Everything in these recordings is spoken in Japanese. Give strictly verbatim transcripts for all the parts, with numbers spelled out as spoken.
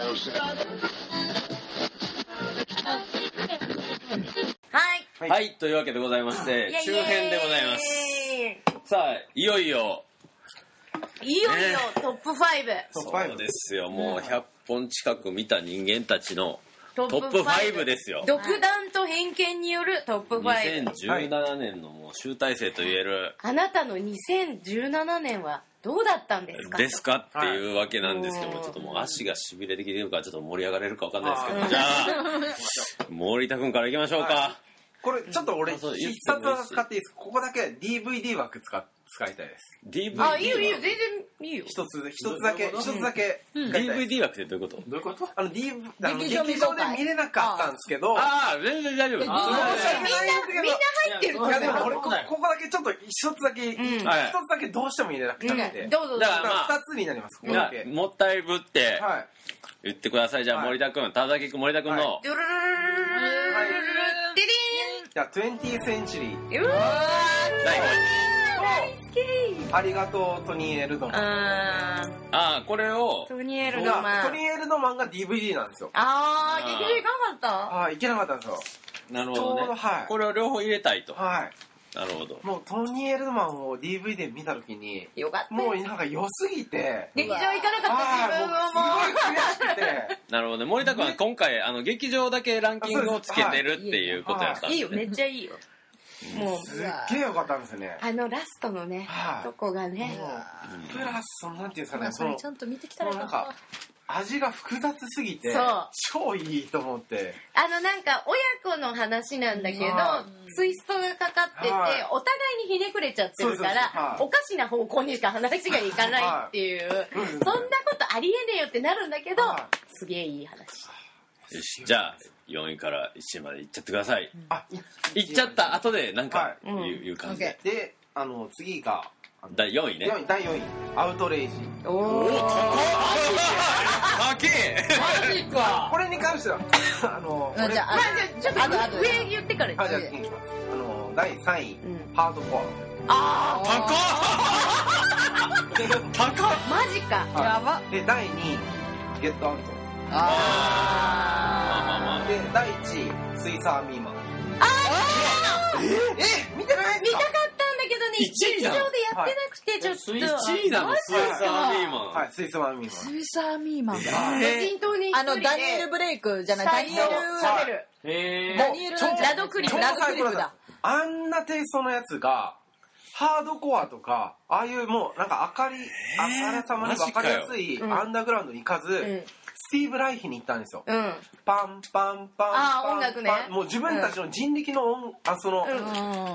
はい、はい、というわけでございまして中編でございます。さあいよいよいよいよトップファイブ、 そうですよ、もうひゃっぽん近く見た人間たちのトップファイブですよ。 独断と偏見によるトップファイブ。 にせんじゅうななねんのもう集大成と言える。 あなたのにせんじゅうななねんはどうだったんですかですかっていうわけなんですけども、はい、ちょっともう足がしびれてきてるからちょっと盛り上がれるか分かんないですけど、じゃあ森田君からいきましょうか。はい、 これちょっと俺必殺技使っていいですか。ここだけ ディーブイディー 枠使使いたいです。 ディーブイディーあ、いいよいいよ、全然いいよ。 一つ一つだけ一つだけ、 うん、ディーブイディー 枠ってどういうこと？ どういうこと？あの D あの劇場で見れなかったんですけど、 ああ全然大丈夫です。みんなみんな入ってる。 いやでも俺ここだけちょっと一つだけ一つだけどうしても入れなくて、 どうぞ。 だから二つになります。ここだけもったいぶって言ってください。じゃあ森田君、田崎君、森田君のドゥルルルルルルルルデリーン。 じゃあトゥエンティーセンチュリー。 うわー大好き。 ありがとうトニー・エルドマン。 ああ、これをトニー・エルドマン。 トニー・エルドマンが ディーブイディー なんですよ。 ああ、劇場行かなかった？ ああ、行けなかったんですよ。 なるほどね。はい、これを両方入れたいと。 はい。 なるほど。 もうトニー・エルドマンを ディーブイディー 見たときに、 よかった。 もうなんか良すぎて、 劇場行かなかった自分はもうすごい悔しくて。 なるほどね。森田君は今回あの劇場だけランキングをつけてるっていうことやったんですね。 いいよ、めっちゃいいよ。もうすっげえ良かったんですよね。 あのラストのね、とこがね。 プラスそのなんていうんですかね、 それちゃんと見てきたらなんか味が複雑すぎて超いいと思って。 あのなんか親子の話なんだけど、ツイストがかかってて、お互いにひねくれちゃってるから、おかしな方向にしか話がいかないっていう、そんなことありえねえよってなるんだけど、すげえいい話。 よし、じゃあよんいからいちいまでいっちゃってください。 あ、 いっちゃった後でなんか言う、はい、いう感じで。 で、あの次がだいよんいね。 だいよんい、アウトレイジ。 おお、高え。 マジか。 これに関してはあの、 じゃあちょっと上言ってから。 あ、じゃあ次いきます。あのだいさんい、ハードコア。ああ、高っ。高っ。 マジか。 やば。 でだいにい、ゲットアウト。 ああ。 でだいいちい、スイスアーミーマン。 ああ。ええ、見てないですか？ 見たかったんだけどね、劇場でやってなくてちょっと。 いちいなの、スイスアーミーマン。 はい、スイスアーミーマン。 スイスアーミーマン。 あのダニエル・ブレイクじゃない、ダニエル喋る。 ダニエルラドクリフ。 ラドクリフだ。 あんなテイストのやつがハードコアとか、ああいうもうなんか明かり、あからさまに分かりやすいアンダーグラウンドに行かず、スティーブ・ライヒに行ったんですよ。 うん、 パンパンパンあパン音楽ね。 もう自分たちの人力の音、あその、うん、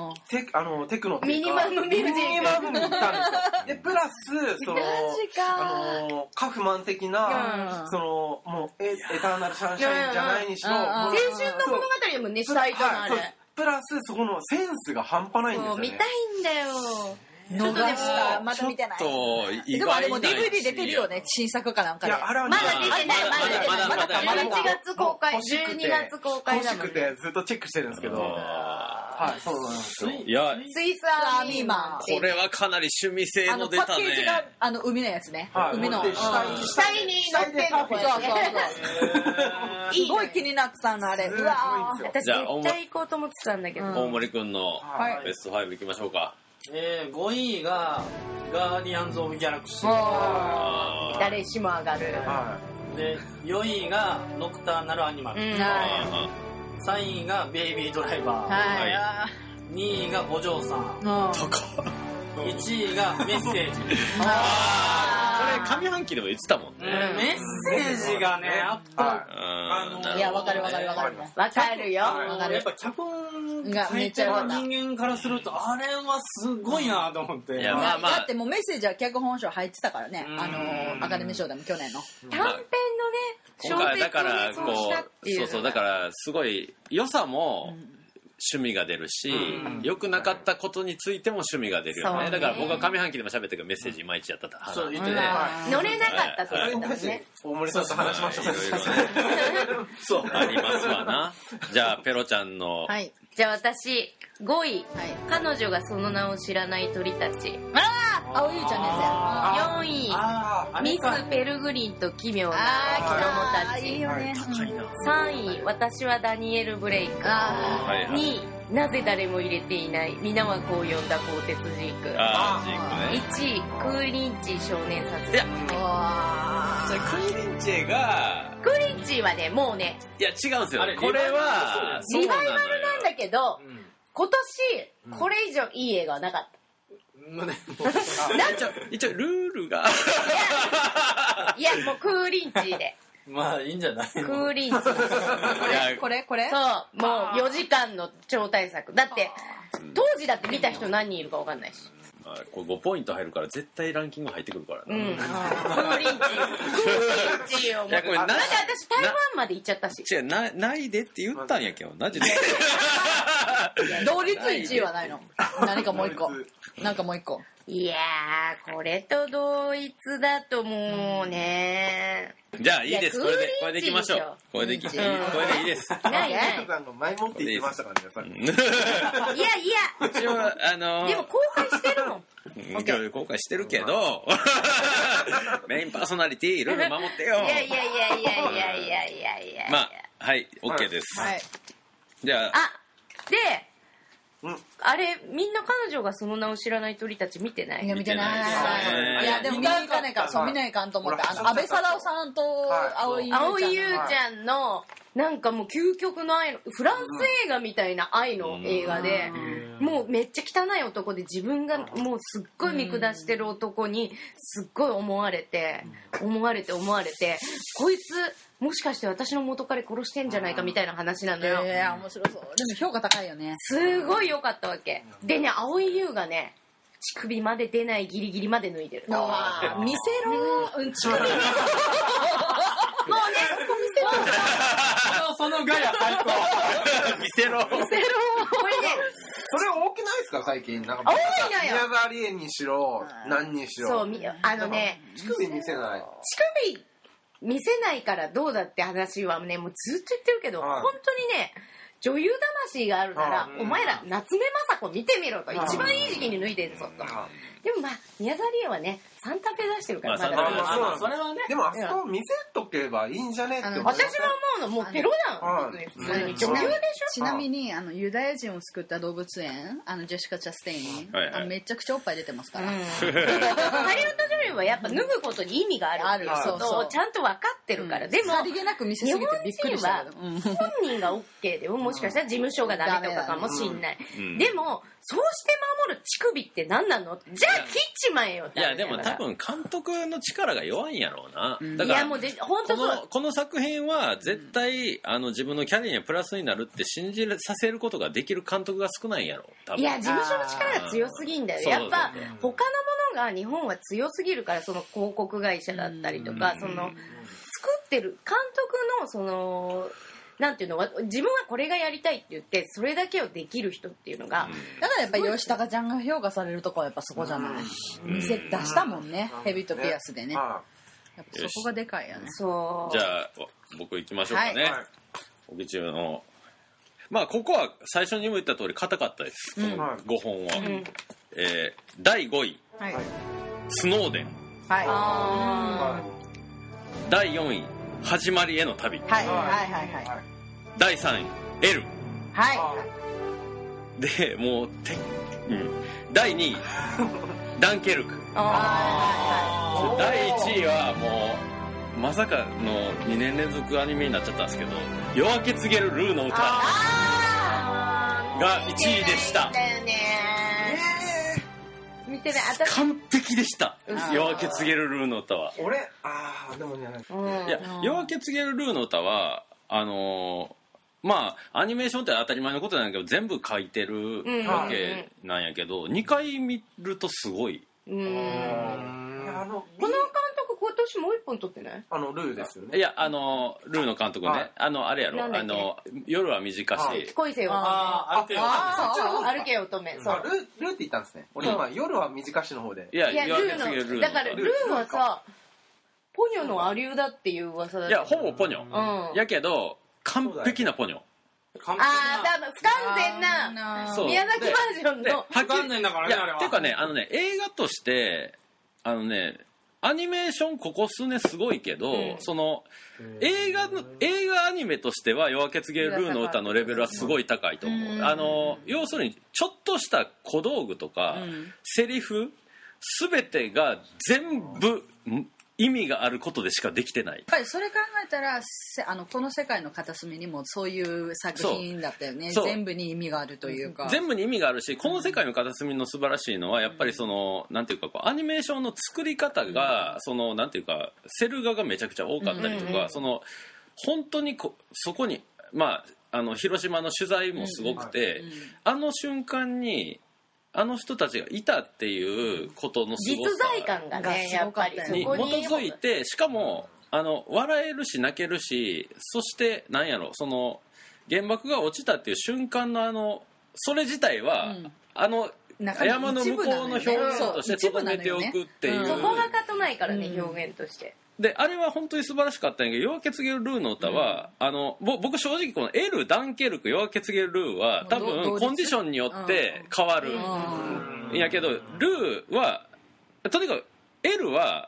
テ, あのテクノっていうかミニマムミュージックミニマムに行ったんですよ。でプラスそのあのカフマン的な、うん、そのもうエエターナルシャンシャインじゃないにしろ、うんうん、 青春の物語でもねしたいとなあれ。 プラスそこのセンスが半端ないんですよね。 見たいんだよ。 逃したまだ見てない。 ちょっと意外な。 でもあれも ディーブイディー 出てるよね、新作かなんかで。 いやあれはまだ出てない、まだ出てない。 まだじゅういちがつ公開、じゅうにがつ公開だもん。 欲しくてずっとチェックしてるんですけど。はい、そうなんですよ。 いや、 スイスアーミーマン。 これはかなり趣味性の出たね。 パッケージがあの海のやつね。海の下に乗ってるのこれ。そうそうそう。すごい気になってたのあれ。うわー。 私絶対行こうと思ってたんだけど。 大森くんのベストファイブいきましょうか。 えー、ごいがガーディアンズ・オブ・ギャラクシー、 誰しも上がる。 でよんいがノクターナル・アニマル、うん、さんいがベイビー・ドライバー、はい、にいがお嬢さん、いちいがメッセージ。 これ上半期でも言ってたもんね。 メッセージがね、やっぱいや、わかるわかるわかるわかるよ。 わかる。やっぱ脚本がめっちゃ人間からするとあれはすごいなと思って。 いやまあまあだってもうメッセージは脚本賞入ってたからね。あのアカデミー賞でも去年の短編のね小説をだからこうそうそうだからすごい良さも。趣味が出るし、うん、良くなかったことについても趣味が出るよ ね, ねだから僕は上半期でも喋ったけどメッセージいまいちやったとそう言ってね、 乗れなかったと言ったもんね。 大森さんと話しましょう。 そうありますわな。じゃあペロちゃんの、 はい、じゃあ私ごい、はい、彼女がその名を知らない鳥たち。 ああ青ゆうちゃんですよ。 よんいミス・ペルグリンと奇妙な子供たあいいよね。 高いな。 さんい私はダニエル・ブレイク。にいなぜ誰も入れていない皆はこう呼んだ鋼鉄ジーク。 あージークね。 いちいクーリンチー少年殺人。 いやじゃあクーリンチェがクーリンチーはねもうねいや違うんですよ。これはリバイバルなんだけど、うん、今年これ以上いい映画はなかった。 胸も一応ルールがいやもうクーリンチーでまあいいんじゃない。 クーリンチーこれこれこれそうもうよじかんの超大作だって当時だって見た人何人いるか分かんないし。 これごポイント入るから絶対ランキング入ってくるからな。うん。クーリンチー。クーリンチーを。いやこれなんで私台湾まで行っちゃったし。 違うなないでって言ったんやけどな実は。 同率いちいはないの。何かもう一個。なんかもう一個。 いやーこれと同一だともうね。 じゃあいいです。これでこれでいきましょう。これでいきこれでいいです。 ないない。 さんが前もって言ってましたからねさっき。いやいや。 一応あのでも公開してるもん。 公開してるけどメインパーソナリティルール守ってよ。 いやいやいやいやいやいやいやいや。 まあはい OK です。はい。じゃあ。 あで。あれみんな彼女がその名を知らない鳥たち見てない？ いや見てない。いやでも見に行かないかそう見ないかんと思ってあの安倍貞夫さんと蒼井優ちゃんのなんかもう究極の愛のフランス映画みたいな愛の映画でもうめっちゃ汚い男で自分がもうすっごい見下してる男にすっごい思われて思われて思われてこいつもしかして私の元彼殺してんじゃないかみたいな話なのよ。 いや面白そう。でも評価高いよね。 すごい良かったわけでね蒼井優がね乳首まで出ないギリギリまで脱いでる。 あ見せろうん乳首もうねそこ見せろそのガヤ最高見せろ見せろこれねそれ多くないですか最近なんか多いのよ。 宮沢りえにしろ何にしろそうあのね乳首見せない乳首見せないからどうだって話はねもうずっと言ってるけど、はい、本当にね女優魂があるなら、お前ら夏目雅子見てみろと一番いい時期に脱いでるぞと。でもまあ宮沢りえはねサンタフェ出してるから、まあ、まだまあそれはねでもあそこ見せとけばいいんじゃねって思う。 私が思うのもうペロだん普通に女優でしょ。 ちなみにあのユダヤ人を救った動物園あのジェシカ・チャステイン、はいはい、あのめちゃくちゃおっぱい出てますから、うん、ハリウッド女優はやっぱ脱ぐことに意味があるあることをちゃんと分かってるから、うん、でもさりげなく見せすぎてびっくりしたけど、 うん、本人が OK でももしかしたら事務所がダメとかかもしんない、うん、でもそうして守る乳首って何なの？じゃあ切っちまえよって。 いやでも多分監督の力が弱いんやろうな、 うん、だからいやもう本当そう。 このこの作品は絶対、うん、あの自分のキャリアにプラスになるって信じさせることができる監督が少ないんやろ多分。 いや事務所の力が強すぎんだよ。やっぱ他のものが日本は強すぎるからその広告会社だったりとか、うん、その作ってる監督のそのなんていうの自分はこれがやりたいって言ってそれだけをできる人っていうのが、 うん、だからやっぱり吉高ちゃんが評価されるとこはやっぱそこじゃない、うん、見せ出したもんね、うん、ヘビとピアスでね、うん、やっぱそこがでかいよね。 そうじゃあ僕行きましょうかね、はい、沖中のまあここは最初にも言った通り硬かったです、うん、このごほんは、うんえー、だいごい、はい、スノーデン、はい、あだいよんい始まりへの旅、はいはいはいはい、だいさんい L、はい、でもうて、うん、だいにいダンケルク、あだいいちいはもうまさかのにねん連続アニメになっちゃったんですけど夜明け告げるルーの歌がいちいでした。 見てね、 完璧でした。夜明け告げるルーの歌は。 俺ああでもね、 いや夜明け告げるルーの歌はあのー、まあアニメーションって当たり前のことなんだけど全部書いてるわけなんやけど、うん、にかい見るとすごい。うんあのこの監督今年もう一本撮ってない？ あのルーですよね。 いやあのルーの監督ね、はい、あのあれやろあの夜は短し恋せよ乙女ああ歩けよ乙女そうルールーって言ったんですね。俺今夜は短しの方でいやいやルーのだからルーはさポニョのアリューだっていう噂だった。 いやほぼポニョ、うん、やけど完璧なポニョ。 ああ多分不完全な宮崎バージョンの不完全だからねあれは。 っていうかねあのね映画としてあのねアニメーションここ数年すごいけど、うん、その映画の映画アニメとしては夜明け告げるルーの歌のレベルはすごい高いと思う、うん、あの要するにちょっとした小道具とか、うん、セリフ全てが全部意味があることでしかできてない。 やっぱりそれ考えたらあのこの世界の片隅にもそういう作品だったよね。全部に意味があるというか、 全部に意味があるし、この世界の片隅の素晴らしいのはやっぱりその、うん、なんていうかこうアニメーションの作り方が、うん、そのなんていうかセル画がめちゃくちゃ多かったりとか、うんうん、その本当にこそこにまああの広島の取材もすごくて、うんうん、あの瞬間にあの人たちがいたっていうことのすごさ実在感がねやっぱりに基づいて、しかもあの笑えるし泣けるし、そしてなんやろその原爆が落ちたっていう瞬間のあのそれ自体は、うん、あの山の向こうの表現として届けておくっていう、 そこがかとないからね、うん、表現としてであれは本当に素晴らしかったんやけど、夜明け告げるルーの歌は、うん、あの僕正直この L ダンケルク夜明け告げるルーは多分コンディションによって変わるんやけど、ルーはとにかく L は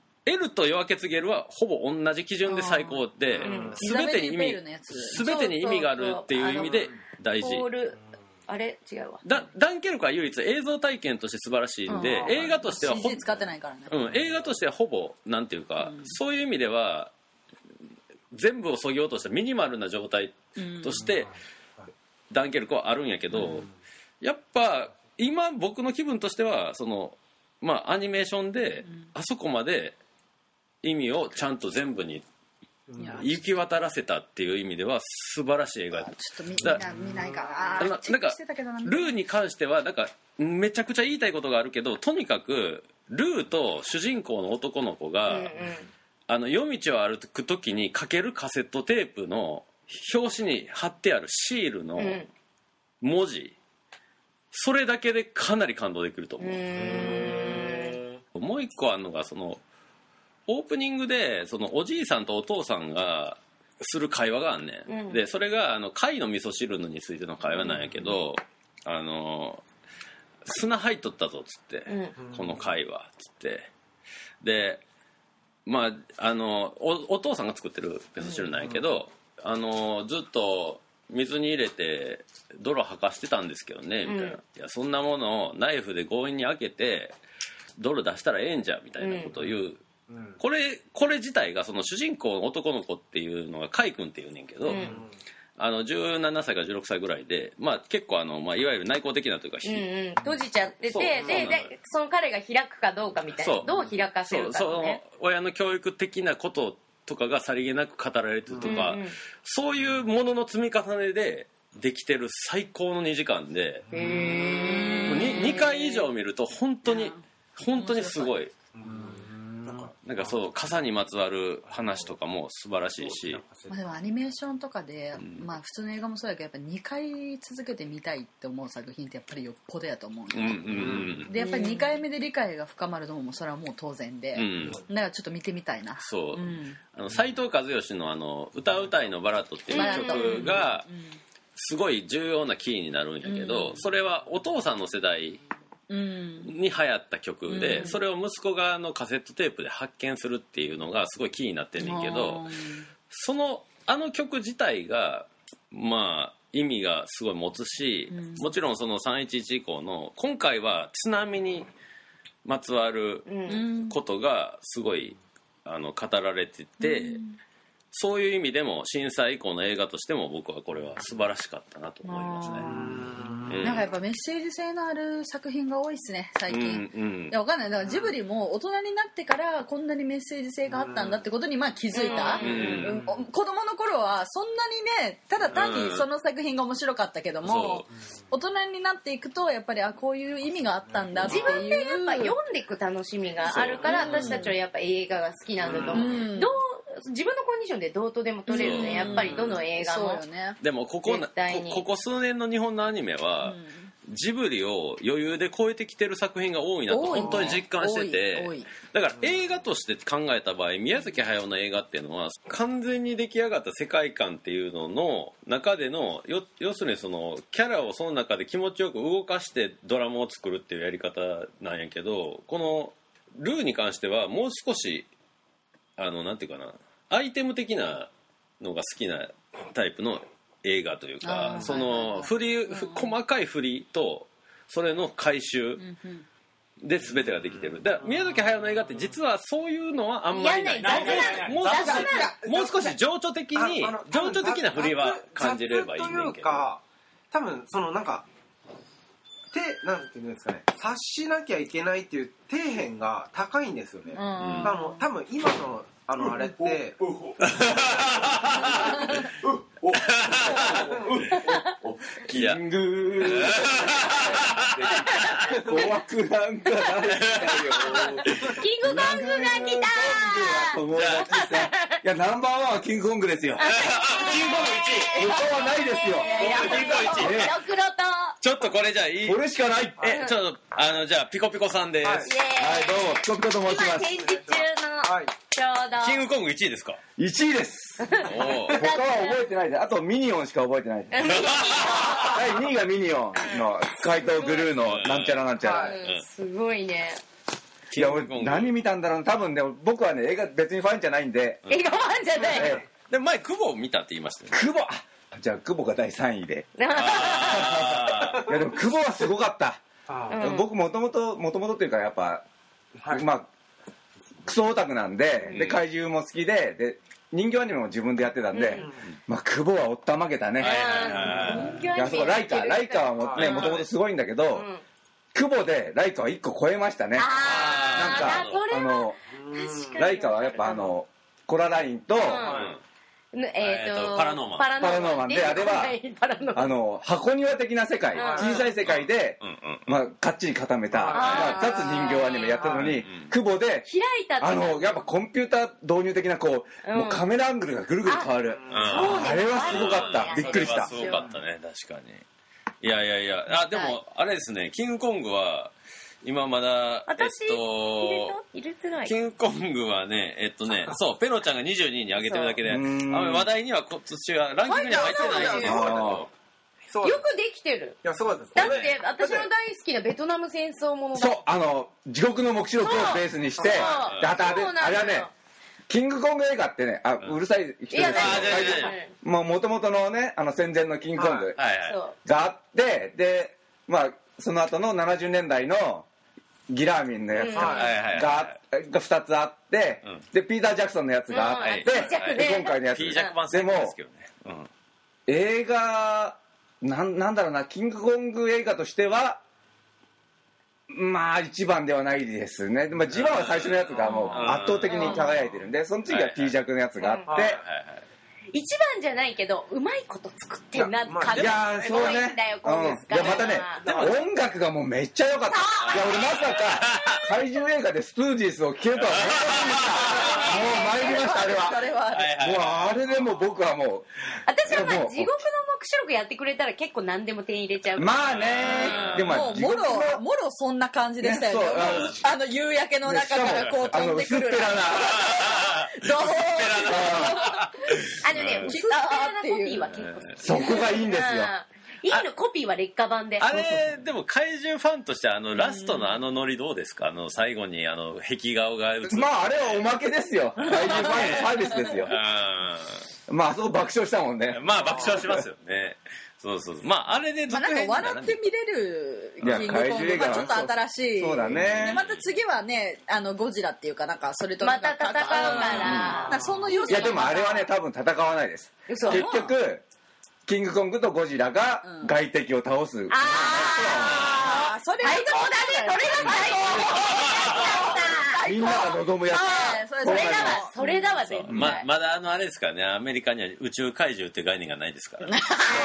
L と夜明け告げるはほぼ同じ基準で最高で、うん、全てに意味全てに意味があるっていう意味で大事。 あれ違うわ。 ダ, ダンケルクは唯一映像体験として素晴らしいんで、うん、映画としてはほシージー 使ってないからね、 うん、映画としてはほぼなんていうか、うん、そういう意味では全部を削ぎ落としたミニマルな状態として、うん、ダンケルクはあるんやけど、うん、やっぱ今僕の気分としてはそのまあアニメーションであそこまで意味をちゃんと全部に行き渡らせたっていう意味では素晴らしい映画。 ちょっとみんな見ないかな。 なんかルーに関してはなんかめちゃくちゃ言いたいことがあるけど、とにかくルーと主人公の男の子が、うんうん、あの夜道を歩く時にかけるカセットテープの表紙に貼ってあるシールの文字、うん、それだけでかなり感動できると思う。うーん、もう一個あるのがそのオープニングでそのおじいさんとお父さんがする会話があんねん、うん、でそれがあの貝の味噌汁についての会話なんやけど、うん、あの砂入っとったぞっつって、うん、この貝はっつってでまああの お, お父さんが作ってる味噌汁なんやけど、うん、あのずっと水に入れて泥吐かしてたんですけどねみたいな、うん、いやそんなものをナイフで強引に開けて泥出したらええんじゃみたいなことを言う、うんうん、これこれ自体がその主人公の男の子っていうのがカイ君っていうねんけど、うん、あのじゅうななさいかじゅうろくさいぐらいで、まあ、結構あの、まあ、いわゆる内向的なというか、 うんうん、閉じちゃっててででその彼が開くかどうかみたいな、どう開かせるか、ね、 その親の教育的なこととかがさりげなく語られてるとか、うんうん、そういうものの積み重ねでできてる最高のにじかんで、 へーに, にかい以上見ると本当に本当にすごい。なんかそう傘にまつわる話とかも素晴らしいし、 まあ、でもアニメーションとかで、うん、まあ普通の映画もそうだけどやっぱにかい続けて見たいって思う作品ってやっぱりよっぽどやと思う、うんうんうん、でやっぱりにかいめで理解が深まるのもそれはもう当然で、うん、だからちょっと見てみたいな。 そう、うん、あの斉藤和義のあの歌うたいのバラットっていう曲がすごい重要なキーになるんやけど、うん、それはお父さんの世代に流行った曲で、うん、それを息子がのカセットテープで発見するっていうのがすごいキーになってんねんけど、そのあの曲自体がまあ意味がすごい持つし、うん、もちろんそのさんいちいち以降の今回は津波にまつわることがすごいあの語られてて、うん、そういう意味でも震災以降の映画としても僕はこれは素晴らしかったなと思いますね。うん、 なんかやっぱメッセージ性のある作品が多いですね最近、うんうん、いやわかんないだからジブリも大人になってからこんなにメッセージ性があったんだってことにまあ気づいた、うんうん、子供の頃はそんなにねただ単にその作品が面白かったけども、うん、大人になっていくとやっぱりあこういう意味があったんだっていう自分でやっぱ読んでいく楽しみがあるから私たちはやっぱ映画が好きなんだと思う、うん、どう自分のコンディションでどうとでも撮れるねやっぱりどの映画も、 ね、でもこここ, ここ数年の日本のアニメは、うん、ジブリを余裕で超えてきてる作品が多いなと本当に実感してて、ね、だから映画として考えた場合宮崎駿の映画っていうのは完全に出来上がった世界観っていうのの中での要するにそのキャラをその中で気持ちよく動かしてドラマを作るっていうやり方なんやけどこのルーに関してはもう少しあのなんていうかなアイテム的なのが好きなタイプの映画というかその振り細かい振りとそれの回収で全てができてる。だから宮崎駿の映画って実はそういうのはあんまりない。もう少しもう少し情緒的に情緒的な振りは感じればいいねんけど。 多分そのなんか手なんていうんですかね察しなきゃいけないっていう底辺が高いんですよね。あの多分今のあのあれってキング怖くなんかないんだよ。 キングコングが来た友達さん。いやナンバーワンはキングコングですよ。 キングコングいちい。 他はないですよ。 キングコングいちい。 白黒とちょっとこれじゃあいい。 これしかない。 えちょっとあのじゃあピコピコさんです。はい、 はい、どうもピコピコと申します。 今展示中の、はい、ちょうどキングコングいちいですか。 いちいです。お他は覚えてないです。あとミニオンしか覚えてないです。だいにいがミニオンの怪盗グルーのなんちゃらなんちゃら。 うん、すごいね。 いや俺何見たんだろう。多分ね僕はね映画別にファンじゃないんで。 映画ファンじゃない。 えー、で前久保見たって言いましたよね。 久保じゃあ久保がだいさんいで。いやでも久保はすごかった。僕もともともともとっていうかやっぱ、はい、まあクソオタクなんで、うん、で怪獣も好きでで人形アニメも自分でやってたんで、うん、まあ久保はおったまげたね。いやそこライカライカはもねもともとすごいんだけど、うん、久保でライカはいっこ超えましたね。なんかあのライカはやっぱあのコララインと、うんえー、とパラノーマンパラノーマンであれはあの箱庭的な世界小さい世界で、まあ、かっちり固めた、まあ、雑人形アニメやったのに久保で開いたあのやっぱコンピューター導入的なこう、うん、もうカメラアングルがぐるぐる変わる あ, あれはすごかったびっくりした。 すごかったね確かに。いやいやいやあでも、はい、あれですねキングコングは今まだ私、えっと、入れてないキングコングはねえっとねそうペロちゃんがにじゅうにいに上げてるだけであ話題には今年はランキングには入ってないんですけどよくできてる。 いやそうです。 だって私の大好きなベトナム戦争ものだ。 そうあの地獄の黙示録をベースにしてであれはねキングコング映画ってねあうるさい人ですけどもともとのねあの戦前のキングコングがあってでまあその後のななじゅうねんだいのギラーミンのやつがふたつあって、うん、でピーター・ジャクソンのやつがあって、うん、で今回のやつでも、ねうん、映画な ん, なんだろうなキングコング映画としてはまあ一番ではないですね。まあ、ジバは最初のやつがもう圧倒的に輝いてるんでその次は T ジャクのやつがあって一番じゃないけどうまいこと作ってんな感じがすごいんだよ。いやまたね音楽がもうめっちゃ良かった。いや俺まさか怪獣映画でストゥージースを聴けるとは思いませんでした。もう参りましたあれは。もうあれでも僕はもう私はまあ地獄の黙示録やってくれたら結構何でも点入れちゃう。 まあねでももろもろそんな感じでしたよね。あの夕焼けの中からこう飛んでくる。どうあのね、薄っぺらなコピーは結構好き。 そこがいいんですよ。 いいのコピーは劣化版で。 あれでも怪獣ファンとしてあのラストのあのノリどうですか。あの最後にあの壁顔が映る。 まああれはおまけですよ。怪獣ファンのサービスですよ。まああそこ爆笑したもんね。 まあ爆笑しますよね。そうそうまああれでまあなんか笑って見れるキングコングがちょっと新しい。 そうだね。 でまた次はねあのゴジラっていうかなんかそれとまた戦うから。 その要素。 いやでもあれはね多分戦わないです。結局キングコングとゴジラが外敵を倒す。 ああそれ最高だね。それが最高。 みんなが望むやつ。 それだわそれだわ絶対。 ままだあのあれですからねアメリカには宇宙怪獣って概念がないですから。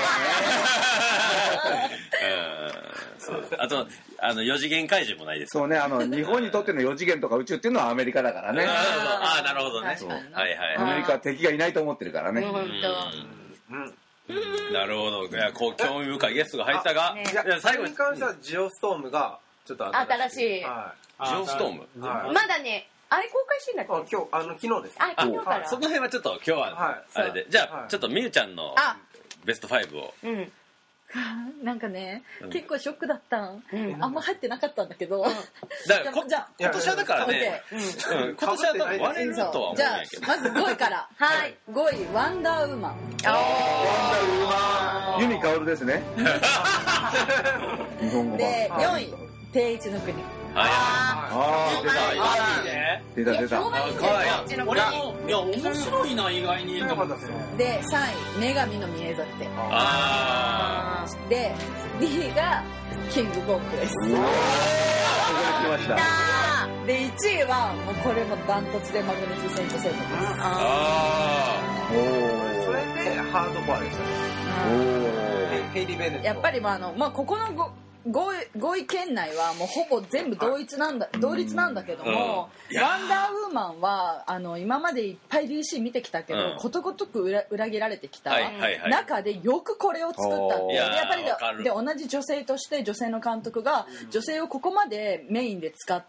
あとあのよ次元怪獣もないです。 そうねあの日本にとってのよ次元とか宇宙っていうのはアメリカだからね。 ああなるほどね。はいはい。 アメリカは敵がいないと思ってるからね。 本当。なるほど。いやこう興味深いゲストが入ったが、 いや最後に関してはジオストームがちょっと新しい。 ジオストーム。 まだね。あれ公開してんだっけ？ あ今日あの昨日です。 あ昨日から。 その辺はちょっと今日はあれで、じゃあちょっとみゆちゃんのベストファイブを。 うん。 なんかね、うん、結構ショックだったん、うん、あんま入ってなかったんだけど、うん、 だからじゃあ今年はだからね、うん、今年は多分割れるとは思うんじゃあまずごいからはいごいワンダーウーマンあワンダーウーマンユニカオルですね日本語でよんい定一の国ああ出た出た出た俺もいや面白いな意外にでさんい女神の見えざってああでにいがキングコングですおーでいちいはもうこれもダントツでマグニフィセントセブンですああおそれでハードコアでしたねヘイリー・ベネットやっぱりまああのまあここのごごい圏内はもうほぼ全部同一なんだ同率なんだけども、うん、ワンダーウーマンはあの今までいっぱい ディーシー 見てきたけど、うん、ことごとく 裏, 裏切られてきた中でよくこれを作ったって、でやっぱりで同じ女性として女性の監督が女性をここまでメインで使って、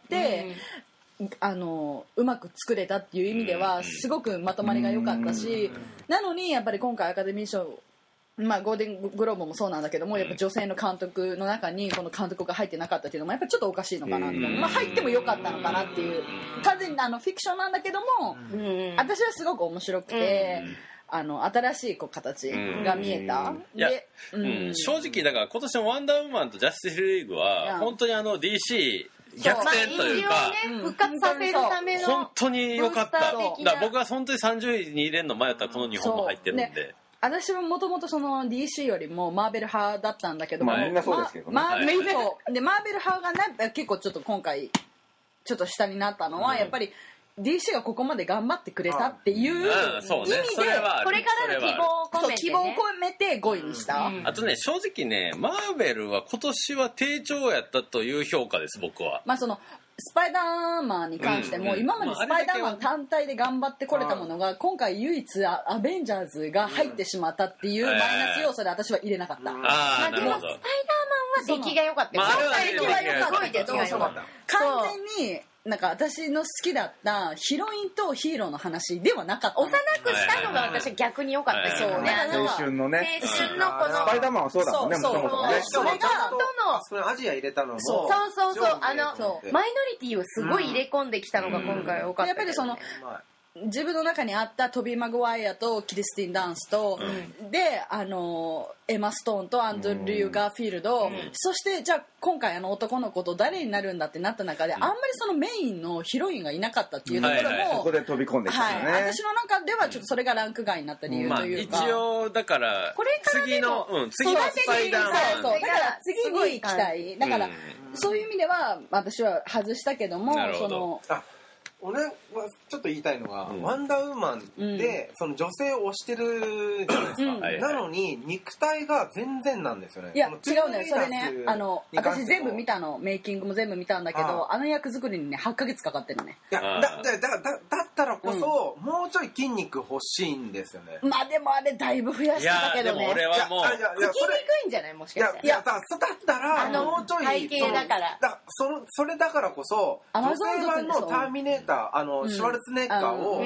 うん、あのうまく作れたっていう意味ではすごくまとまりが良かったし、なのにやっぱり今回アカデミー賞まあ、ゴールデングローブもそうなんだけどもやっぱ女性の監督の中にこの監督が入ってなかったっていうのもやっぱちょっとおかしいのかなって、まあ、入ってもよかったのかなっていう完全にあのフィクションなんだけども私はすごく面白くてあの新しいこう形が見えたで、うんうん、正直だから今年のワンダーウーマンとジャスティスリーグは本当にあの ディーシー逆転というか、 まあね、復活させるための本当に良かっただから僕は本当にさんじゅういに入れるの迷ったらこのにほんも入ってるんで私はもともとその ディーシー よりもマーベル派だったんだけども、 まあみんなそうですけどね、 マーベルでマーベル派がね結構ちょっと今回ちょっと下になったのは、うん、やっぱり ディーシー がここまで頑張ってくれたっていう意味で、 うんそうね、 これからの希望を込めて、ね、 希望を込めてごいにした、うんうん、あとね正直ねマーベルは今年は低調やったという評価です僕は。 まあそのスパイダーマンに関しても、うんうん、今までスパイダーマン単体で頑張ってこれたものが今回唯一アベンジャーズが入ってしまったっていうマイナス要素で私は入れなかった、うん、 あまあ、でもスパイダーマンは出来が良かったよ、まあ、 出来は良かったけど完全になんか私の好きだったヒロインとヒーローの話ではなかった。 幼くしたのが私は逆に良かったそうね。 青春のね。 青春のこの。 スパイダーマンはそうだもんね。 そうそう。それがそれアジア入れたのも。 そうそうそう。あのマイノリティをすごい入れ込んできたのが今回良かった。 やっぱりその。自分の中にあったトビー・マグワイアとキリスティン・ダンスと、うん、であのエマ・ストーンとアンドリュー・ガーフィールド、うん、そしてじゃあ今回あの男の子と誰になるんだってなった中で、うん、あんまりそのメインのヒロインがいなかったっていうところも、はいはい、 そこで飛び込んできたよね、はい、 私の中ではちょっとそれがランク外になった理由というか、 まあ、一応だからこれから次の、うん、次のスパイダーマンそうそうだから次に行きたいだから、うん、そういう意味では私は外したけどもなるほどその俺はちょっと言いたいのが、うん、ワンダーウーマンで、うん、その女性を推してるじゃないですか、うん、なのに肉体が全然なんですよね。 いや違うねそれねあの私全部見たのメイキングも全部見たんだけど あ, あの役作りにねはちかげつかかってるね。 いやだだだだったらこそ、うん、もうちょい筋肉欲しいんですよね。 まあでもあれだいぶ増やしてたけどね。 いやでも俺はもうつきにくいんじゃないもしかしたら。 いやいやだったらもうちょい体型だからだそのそれだからこそ女性版のターミネーターあの、うん、シュワルツェネッガーを、うん、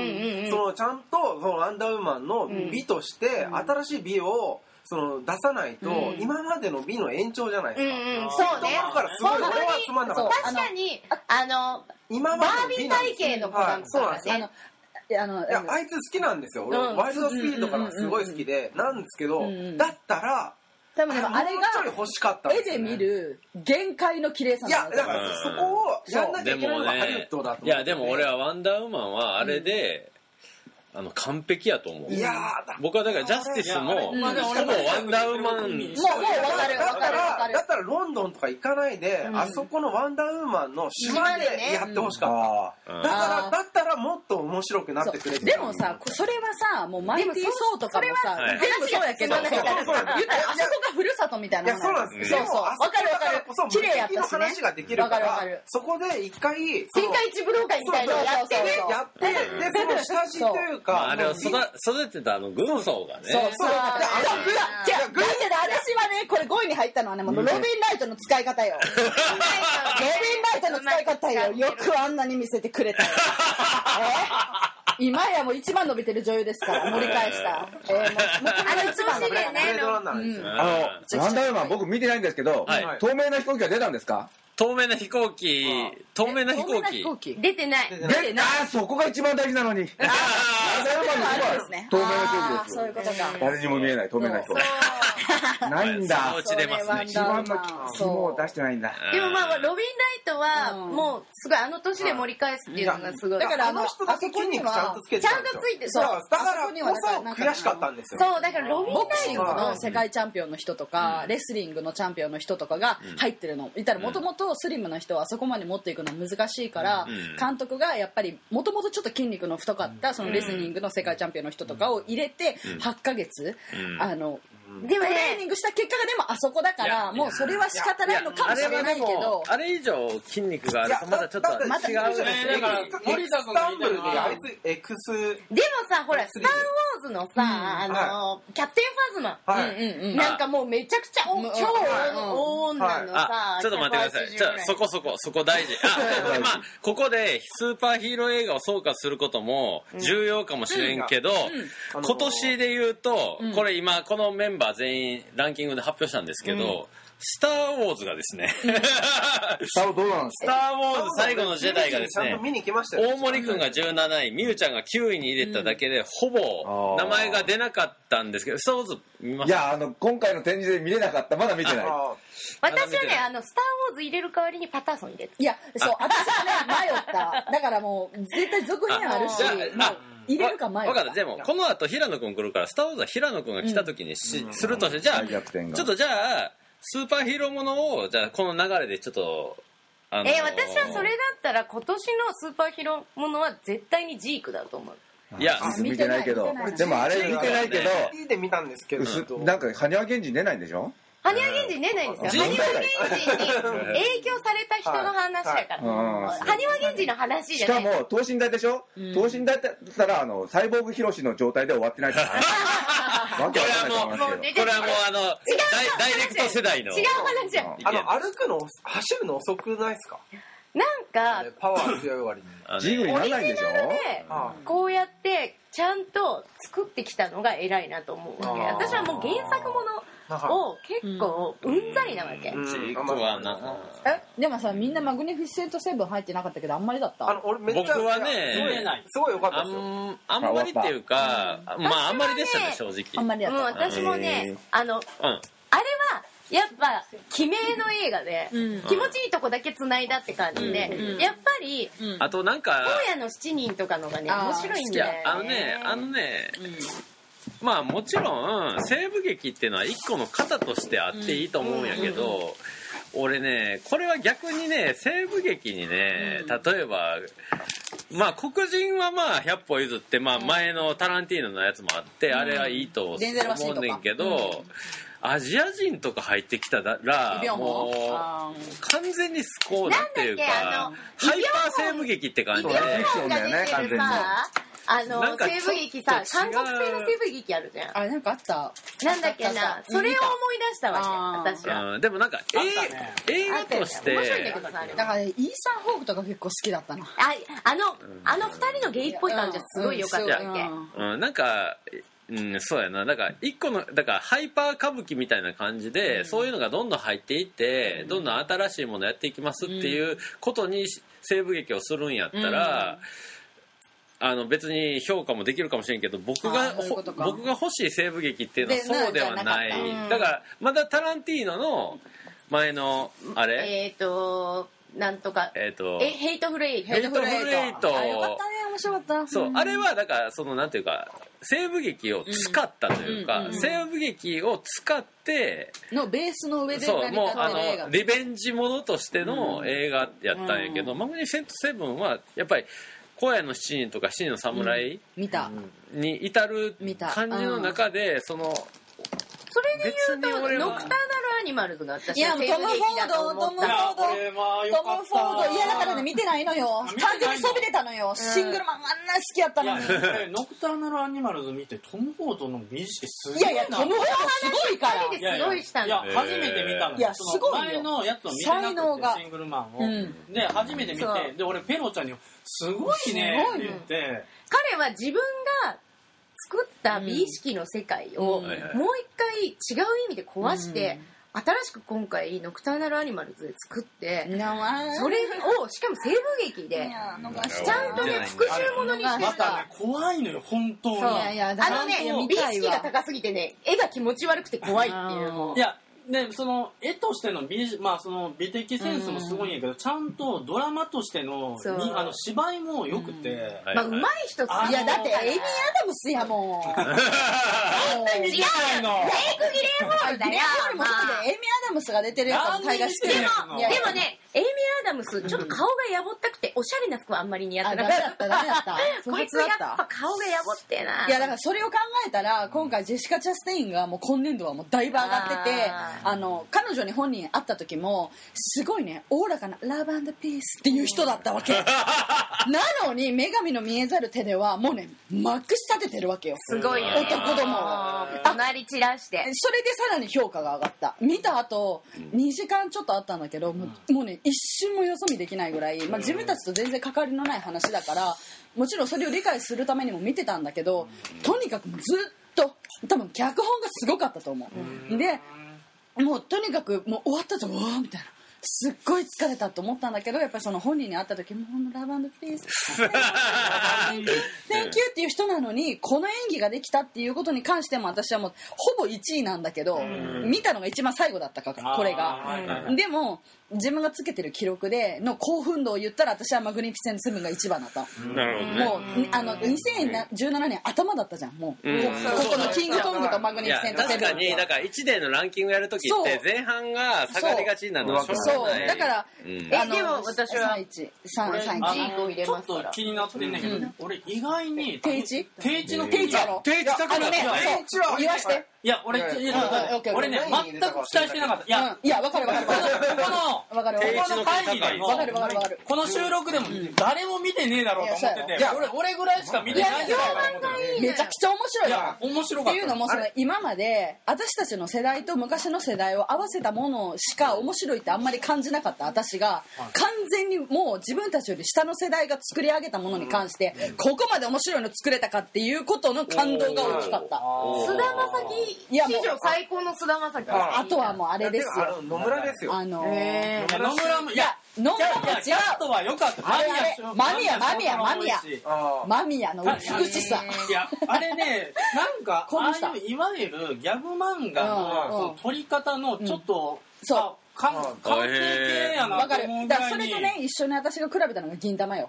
そのちゃんとそのアンダーウーマンの美として、うん、新しい美をその出さないと、うん、今までの美の延長じゃないですか。 うんうん、そうね。 だからすごい俺はつまんなかった。 確かにあの今までの美バービー体型の子なんですよね。 あのいやあいつ好きなんですよ。俺、うん、ワイルドスピードからすごい好きで、うん、なんですけど、うん、だったら。 多分でもあれが絵で見る限界の綺麗さなんだよ。 いやだからそこをやんなきゃいけないのがハリウッドだと思う、ね、 いやでも俺はワンダーウーマンはあれで、うん、あの完璧やと思う。 いや僕はだからジャスティスもほぼワンダーウーマンもうもう分かる分かる分かる。 だったらロンドンとか行かないで、うん、あそこのワンダーウーマンの島でやってほしかった、うん、だからだったらもっと面白くなってくれる。 でもさそれはさもうマイティー・ソーとかもさ全部そうやけど言ったらあそこがふるさとみたいな。 いやそうなんですよ。 そうそう分かる分かる綺麗やったしね。 話ができるからそこで一回天下一武道会みたいなのやってねやってでその下地というかあれを育てたあの軍曹がね。 そうそう。だけど私はねこれごいに入ったのはねもうロビン・ライトの使い方よ。ロビン・ライトの使い方よ。よくあんなに見せてくれたよ。え今やもう一番伸びてる女優ですから盛り返した、えー、もうあの調子でねあのワンダーウーマン僕見てないんですけど、はい、透明な飛行機が出たんですか？ 透明な飛行機、透明な飛行機出てない。 出てない。そこが一番大事なのに。ああ、透明な飛行機です。 そういうことか。 誰にも見えない透明な飛行機。ないんだ。 落ち出ますね。 一番の肝を出してないんだ。 でもまあロビン・ライトはもうすごいあの年で盛り返すっていうのがすごい。 だからあの人だけ筋肉ちゃんとつけてちゃんとついて、そう。 だからこそ悔しかったんですよ。 そうだからロビン・ライトボクシングの世界チャンピオンの人とかレスリングのチャンピオンの人とかが入ってるの。言ったらもともとスリムな人はあそこまで持っていくのは難しいから、うん、監督がやっぱりもともとちょっと筋肉の太かったそのレスリングの世界チャンピオンの人とかを入れてはちかげつ、うん、あのでもトレーニングした結果がでもあそこだからもうそれは仕方ないのかもしれないけど、 あれ以上筋肉があるとまだちょっと違う。 また違うじゃないですか。森田君が言いたいのはあいつ X でもさほらスター・ウォーズのさ、あのキャプテンファズマなんかもうめちゃくちゃ超大女のさ、 ちょっと待ってください。じゃあそこそこそこ大事。あまあここでスーパーヒーロー映画を総括することも重要かもしれんけど、今年で言うとこれ今このメンバー全員ランキングで発表したんですけど、うん、スター・ウォーズがですね、 うん、スター・ウォーズどうなんですか？スター・ウォーズ最後のジェダイがですね、大森くんがじゅうなない、みゆちゃんがきゅういに入れただけで、うん、ほぼ名前が出なかったんですけど、スター・ウォーズ見ました？ いやあの今回の展示で見れなかった。まだ見てない。 私はねあのスター・ウォーズ入れる代わりにパターソン入れた。 いやそう私はね迷った。だからもう絶対続編あるし入れるか前分かった。でもこの後平野くん来るからスター・ウォーズは平野くんが来た時にし、うん、するとしてじゃあちょっとじゃあスーパーヒーローものをじゃあこの流れでちょっとあのー、えー、私はそれだったら今年のスーパーヒーローものは絶対にジークだと思う。 いや見てないけどでもあれ見てないけどティー で見たんですけどなんか埴輪源氏出ないんでしょ？ 埴輪源氏出ないんですよ。埴輪源氏に影響された人の話だから。埴輪源氏の話じゃない。 しかも等身大でしょ？等身大だったらあのサイボーグヒロシの状態で終わってないから。 これはもうこれはもうあのダイレクト世代の違う話や。 あの歩くの走るの遅くないですか？ なんかパワー強い割にジグにならないんでしょ？ こうやってちゃんと作ってきたのが偉いなと思うわけ。私はもう原作ものを結構うんざりなわけ。 えでもさみんなマグニフィセントセブン入ってなかったけどあんまりだった？ あの俺めっちゃ僕はねすごい良かったですよ。 あんまりっていうかまああんまりでしたね正直。 あんまりだった。 私もねあのあれはやっぱ記名の映画で、うん、気持ちいいとこだけ繋いだって感じで、うん、やっぱり、 うん、あとなんか荒野の七人とかのがね面白いんだよね。 あのねあのね、うん、まあもちろん西部劇っていうのは一個の型としてあっていいと思うんやけど、うん、俺ねこれは逆にね西部劇にね例えばまあ黒人はまあひゃっぽ譲って、まあ、前のタランティーノのやつもあって、うん、あれはいいと思うねんけど、うん、アジア人とか入ってきたらもう完全にこうなんていうかハイパー西部劇って感じでイ・ビョンホンが出てるさあの西部劇さ韓国製の西部劇あるじゃん。 あなんかあったなんだっけなそれを思い出したわけ私は、 うん、でもなんか映画として面白いんだけどさあれだから、ね、イーサン・ホークとか結構好きだったな。 ああのあの二人のゲイっぽい感じはすごい良かったわけ、 うんうん、なんかうん、そうやなだから一個のだからハイパー歌舞伎みたいな感じで、うん、そういうのがどんどん入っていって、うん、どんどん新しいものやっていきますっていうことに西部劇をするんやったら、うん、あの別に評価もできるかもしれんけど僕が僕が欲しい西部劇っていうのはそうではない、うん、だからまだタランティーノの前のあれえっ、ー、となんとかえっ、ー、とえヘイトフレイトヘイトフレイトあよかったね面白かった。 そう、うん、あれはだからそのなんていうか西部劇を使ったというか、うんうんうん、西部劇を使ってのベースの上でそうもうあのリベンジものとしての映画やったんやけど、うん、マグニフィセントセブンはやっぱり荒野の七人とか七人の侍に至る感じの中でそのそれで言うとノクターナルアニマルズが私いや、トム・フォード、トム・フォード、トム・フォード、いや、だからね、見てないのよ。完全にそびれたのよ。シングルマンあんな好きやったのに。 ノクターナル・アニマルズ見て、トム・フォードの美意識すごいな。 いやいや、トム・フォードすごいから。 すごいしたの。 いや、初めて見たの。 いや、すごいよ。 前のやつを見てなくて、シングルマンを。で、初めて見て、で、俺、ペロちゃんに、すごいねって言って。 彼は自分が作った美意識の世界をもう一回違う意味で壊して、新しく今回ノクターナルアニマルズで作って、それをしかも西部劇でちゃんとね復讐ものにしてまたね怖いのよ本当に。 あのね美意識が高すぎてね絵が気持ち悪くて怖いっていう。 いやでその絵としての 美, まあ、その美的センスもすごいんやけど、うん、ちゃんとドラマとして の, にあの芝居も良くて、 うんまあ、うまい人いやだってエイミー・アダムスやもん違うレイク・ギレンホールだよエイミー・アダムスが出てるやつも大河してるでもでもねエイミー・アダムスちょっと顔がやぼったくておしゃれな服はあんまり似合ってなかったダメだったこいつやっぱ顔がやぼってないやだからそれを考えたら今回ジェシカ・チャステインがもう今年度はもうだいぶ上がっててあの彼女に本人会った時もすごいねおおらかなラブ&ピースっていう人だったわけなのに女神の見えざる手ではもうねまくし立ててるわけよすごいよ、ね、 男どもを隣散らしてそれでさらに評価が上がった見た後にじかんちょっとあったんだけどもう、もうね一瞬もよそ見できないぐらい、まあ、自分たちと全然関わりのない話だからもちろんそれを理解するためにも見てたんだけどとにかくずっと多分脚本がすごかったと思うでもうとにかくもう終わったとうわーみたいなすっごい疲れたと思ったんだけどやっぱりその本人に会った時もうラブ&ピースThank you Thank you っていう人なのにこの演技ができたっていうことに関しても私はもうほぼいちいなんだけど見たのが一番最後だったからこれがでも自分がつけてる記録での興奮度を言ったら私はマグニフィセントセブンが一番だった。 なるほどね。 もうあのにせんじゅうななねん頭だったじゃんもう、うん、こ, ここのキングコングとマグニフィセントセブン。 確かにだからいちねんのランキングやるときって前半が下がりがちになるのはしょうがない。 そうだから、 うん、えでも私はさんいちさんいちを入れますから。 ちょっと気になってんねんけど、うん、俺意外に定位定位の定位やろ。 定位高かった。 言わして。 いや俺俺ね全く期待してなかった。いやいやわかるわかるわかる。 このわかるわかる。 この会議でもわかるわかるわかる。 この収録でも誰も見てねえだろうと思ってて、俺俺ぐらいしか見てないんじゃないかと思って。 めちゃくちゃ面白いよ。 面白かった。 っていうのもそれ今まで私たちの世代と昔の世代を合わせたものしか面白いってあんまり感じなかった私が完全にもう自分たちより下の世代が作り上げたものに関してここまで面白いの作れたかっていうことの感動が大きかった。 菅田将暉史上最高の菅田将暉。 あとはもうあれですよ。 野村ですよ。 あの野村もいや野村も違う。 キャストは良かった。 マミヤマミヤマミヤマミヤの美しさ。 いやあれねなんかああいういわゆるギャグ漫画の撮り方のちょっとそう完成形やなと思うぐらいに。 だからそれとね一緒に私が比べたのが銀玉よ。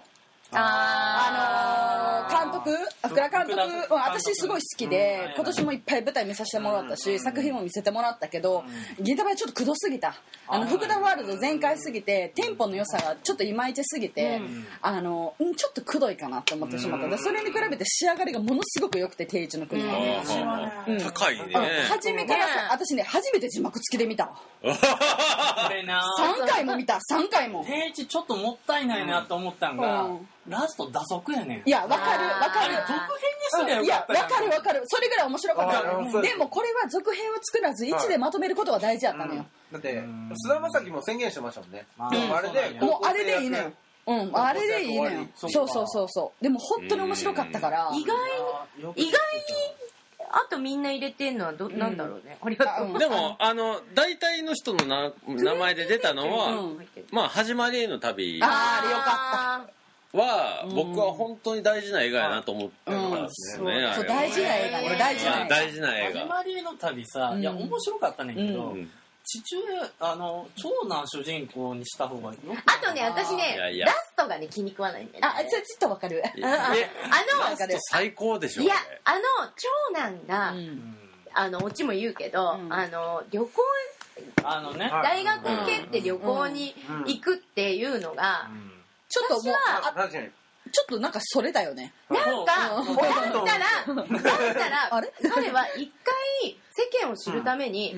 ああのー、監督福田監督私すごい好きで今年もいっぱい舞台見させてもらったし作品も見せてもらったけど銀玉はちょっとくどすぎた。あの福田ワールド全開すぎてテンポの良さがちょっといまいちすぎてあのちょっとくどいかなと思ってしまった。それに比べて仕上がりがものすごく良くて定位置の国は、 うん、高いね。 初めからさ私ね初めて字幕付きで見たわ。 これなさんかいも見たさんかいも。 定位置ちょっともったいないなと思ったんが、うんラスト打足やねん。 いやわかるわかる。 続編にすりゃよかったやん。 いやわかるわかる。それぐらい面白かった。でもこれは続編を作らずいちでまとめることが大事だったのよ。 だって菅田将暉も宣言してましたもんね。あれでもうあれでいいのよ。うんあれでいいのよ。そうそうそうそう。でも本当に面白かったから意外に意外にあとみんな入れてんのはど、うん、なんだろうね。ありがとう。 でもあの大体の人のな名前で出たのは、うん、まあ始まりへの旅。 ああよかった。 は僕は本当に大事な映画やなと思ってますね。 そう大事な映画ね。大事な映画。 大事な映画。 始まりの旅さ、いや面白かったねんけど、父親あの長男主人公にした方がよく。 あとね私ねラストがね気に食わないんだよね。 あそれちょっとわかる。 あのラスト最高でしょ。 いやあの長男があのオチも言うけどあの旅行あのね大学受けって旅行に行くっていうのが。 ちょっともうあちょっとなんかそれだよね。 なんかだったらだったら彼は一回世間を知るために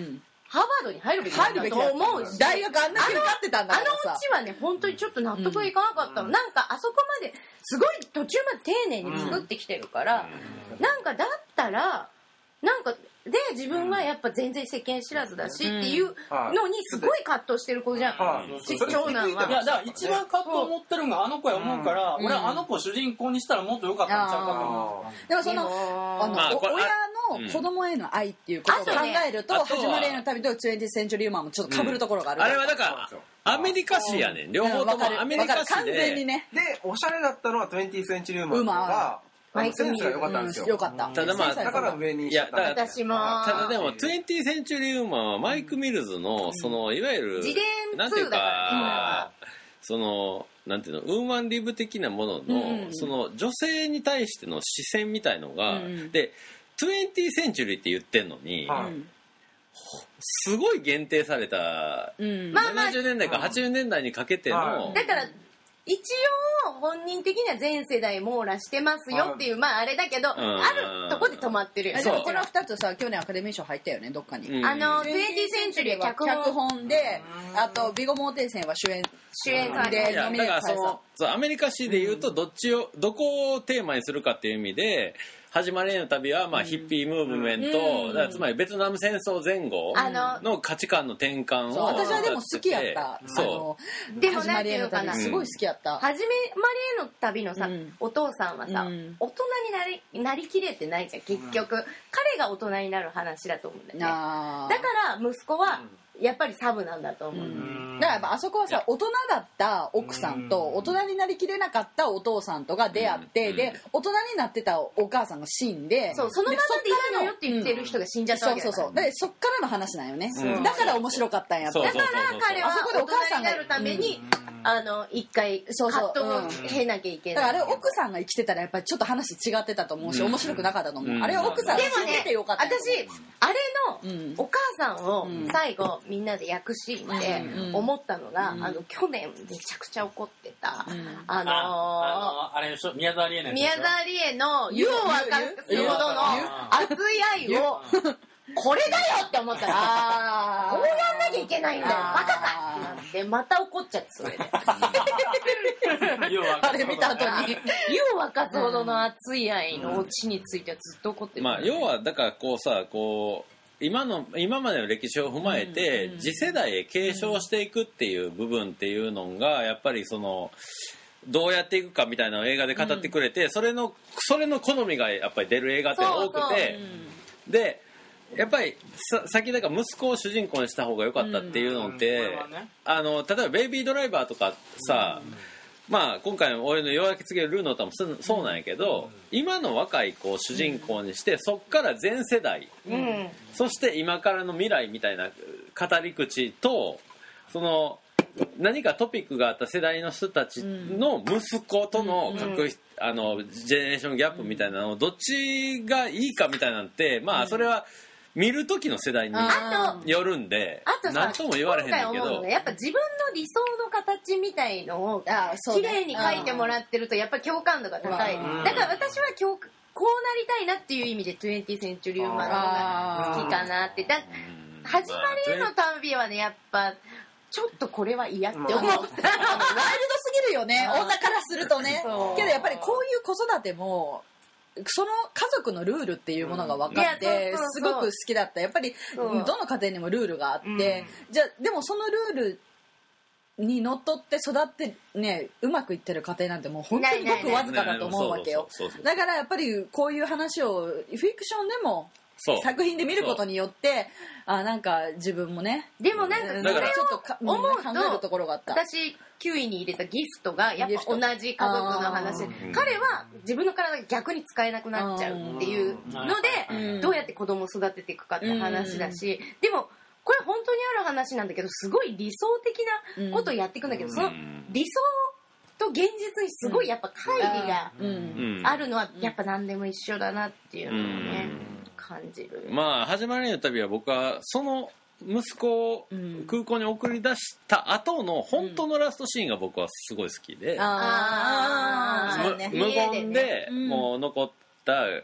ハーバードに入るべきだと思うし、 大学あんなに受かってたんだからさ。 あのうちはね本当にちょっと納得がいかなかったの、うん、なんかあそこまですごい途中まで丁寧に作ってきてるから、うん、なんかだったらなんかで自分はやっぱ全然世間知らずだしっていうのにすごい葛藤してる子じゃん、長男は。 いやだから一番葛藤を持ってるのがあの子や思うから、俺はあの子を主人公にしたらもっと良かったんちゃうかと思う。 でもそのあの親の子供への愛っていうことを考えると「始まりへの旅」と「トゥエンティーセンチュリーウーマン」もちょっと被るところがある。 あれはだからアメリカ史やねん、両方ともアメリカ史で。 完全にね。 でおしゃれだったのはトゥエンティーセンチュリーウーマンがセンスが良かったんですよ。 良かった。 ただまあだから上にしちゃった。 私も。 ただでもトゥエンティーセンチュリーウーマンはマイク・ミルズのそのいわゆる自伝なんていうかそのなんていうのウーマンリブ的なもののその女性に対しての視線みたいのがでトゥエンティーセンチュリーって言ってんのに。すごい限定されたななじゅうねんだいからはちじゅうねんだいにかけてのだから一応本人的には全世代網羅してますよっていうまああれだけど、うん、あるとこで止まってるよ。 でもこのふたつさ去年アカデミー賞入ったよねどっかに、 うん、あのトゥエンティーセンチュリーは脚本脚本であとビゴモーテンセンは主演主演でノミネートされた。そうアメリカ史でいうとどっちをどこをテーマにするかっていう意味で始まりへの旅はまあヒッピームーブメント、うん、だからつまりベトナム戦争前後の価値観の転換を私はでも好きやったそうでも始まりへの旅すごい好きやった始まりへの旅のさ、うん、お父さんはさ、うん、大人になり、なりきれてないじゃん結局、うん、彼が大人になる話だと思うんだよねだから息子はやっぱりサブなんだと思う、うん、 だからやっぱあそこはさ大人だった奥さんと大人になりきれなかったお父さんとが出会って、うん、で大人になってたお母さんが死んでそうそのままでいいのよって言ってる人が死んじゃったわけだから、 そうそうそうでそっからの話なんよね、うん、だから面白かったんやっただから彼は大人になるために、うん、あの一回カットを経なきゃいけない、 だからあれ奥さんが生きてたらやっぱりちょっと話違ってたと思うし、うん、面白くなかったと思う、うん、あれは奥さんが死んでてよかったでもね私あれのお母さんを最後みんなで訳しで思ったのが、うん、あの去年めちゃくちゃ怒ってた、うん、あのー、 あ, あれでしょ宮沢りえのやつでしょ宮沢りえの湯を沸かすほどの熱い愛をこれだよって思ったらあこうやんなきゃいけないんだよバカかってなってまた怒っちゃってそれであれ見た後に湯を沸かすほどの熱い愛のオチについてはずっと怒ってる、 まあ要はだからこうさこう今の今までの歴史を踏まえて、うん、次世代へ継承していくっていう部分っていうのがやっぱりそのどうやっていくかみたいなのを映画で語ってくれて、うん、それのそれの好みがやっぱり出る映画って多くてそうそう、うん、でやっぱりさ先だから息子を主人公にした方が良かったっていうのって、うんね、あの例えばベイビードライバーとかさ、うんまあ今回の俺のようやく告げるルーの歌もそうなんやけど、うん、今の若い子を主人公にして、うん、そっから全世代、うん、そして今からの未来みたいな語り口とその何かトピックがあった世代の人たちの息子との各、うん、あのジェネレーションギャップみたいなのをどっちがいいかみたいなんてまあそれは見る時の世代によるんで何とも言われへんねんけどやっぱ自分の理想の形みたいのを綺麗に描いてもらってるとやっぱ共感度が高いだから私は今日こうなりたいなっていう意味でトゥエンティーセンチュリーウーマンのが好きかなってだ始まりへの旅はねやっぱちょっとこれは嫌って思った、うん、ワイルドすぎるよね女からするとねけどやっぱりこういう子育てもその家族のルールっていうものが分かって、うん、すごく好きだったやっぱりどの家庭にもルールがあって、うん、じゃでもそのルールにのっとって育ってねうまくいってる家庭なんてもう本当にごくわずかだと思うわけよだからやっぱりこういう話をフィクションでも作品で見ることによってあなんか自分もねでもなんかそれをちょっと思うと考えるところがあった私きゅういに入れたギフトがやっぱ同じ家族の話彼は自分の体が逆に使えなくなっちゃうっていうのでどうやって子供を育てていくかって話だしでもこれ本当にある話なんだけどすごい理想的なことをやっていくんだけどその理想と現実にすごいやっぱ乖離があるのはやっぱ何でも一緒だなっていうのをね感じるまあ始まりの旅は僕はその息子を空港に送り出した後の本当のラストシーンが僕はすごい好きで、うん、あ無言でもう残った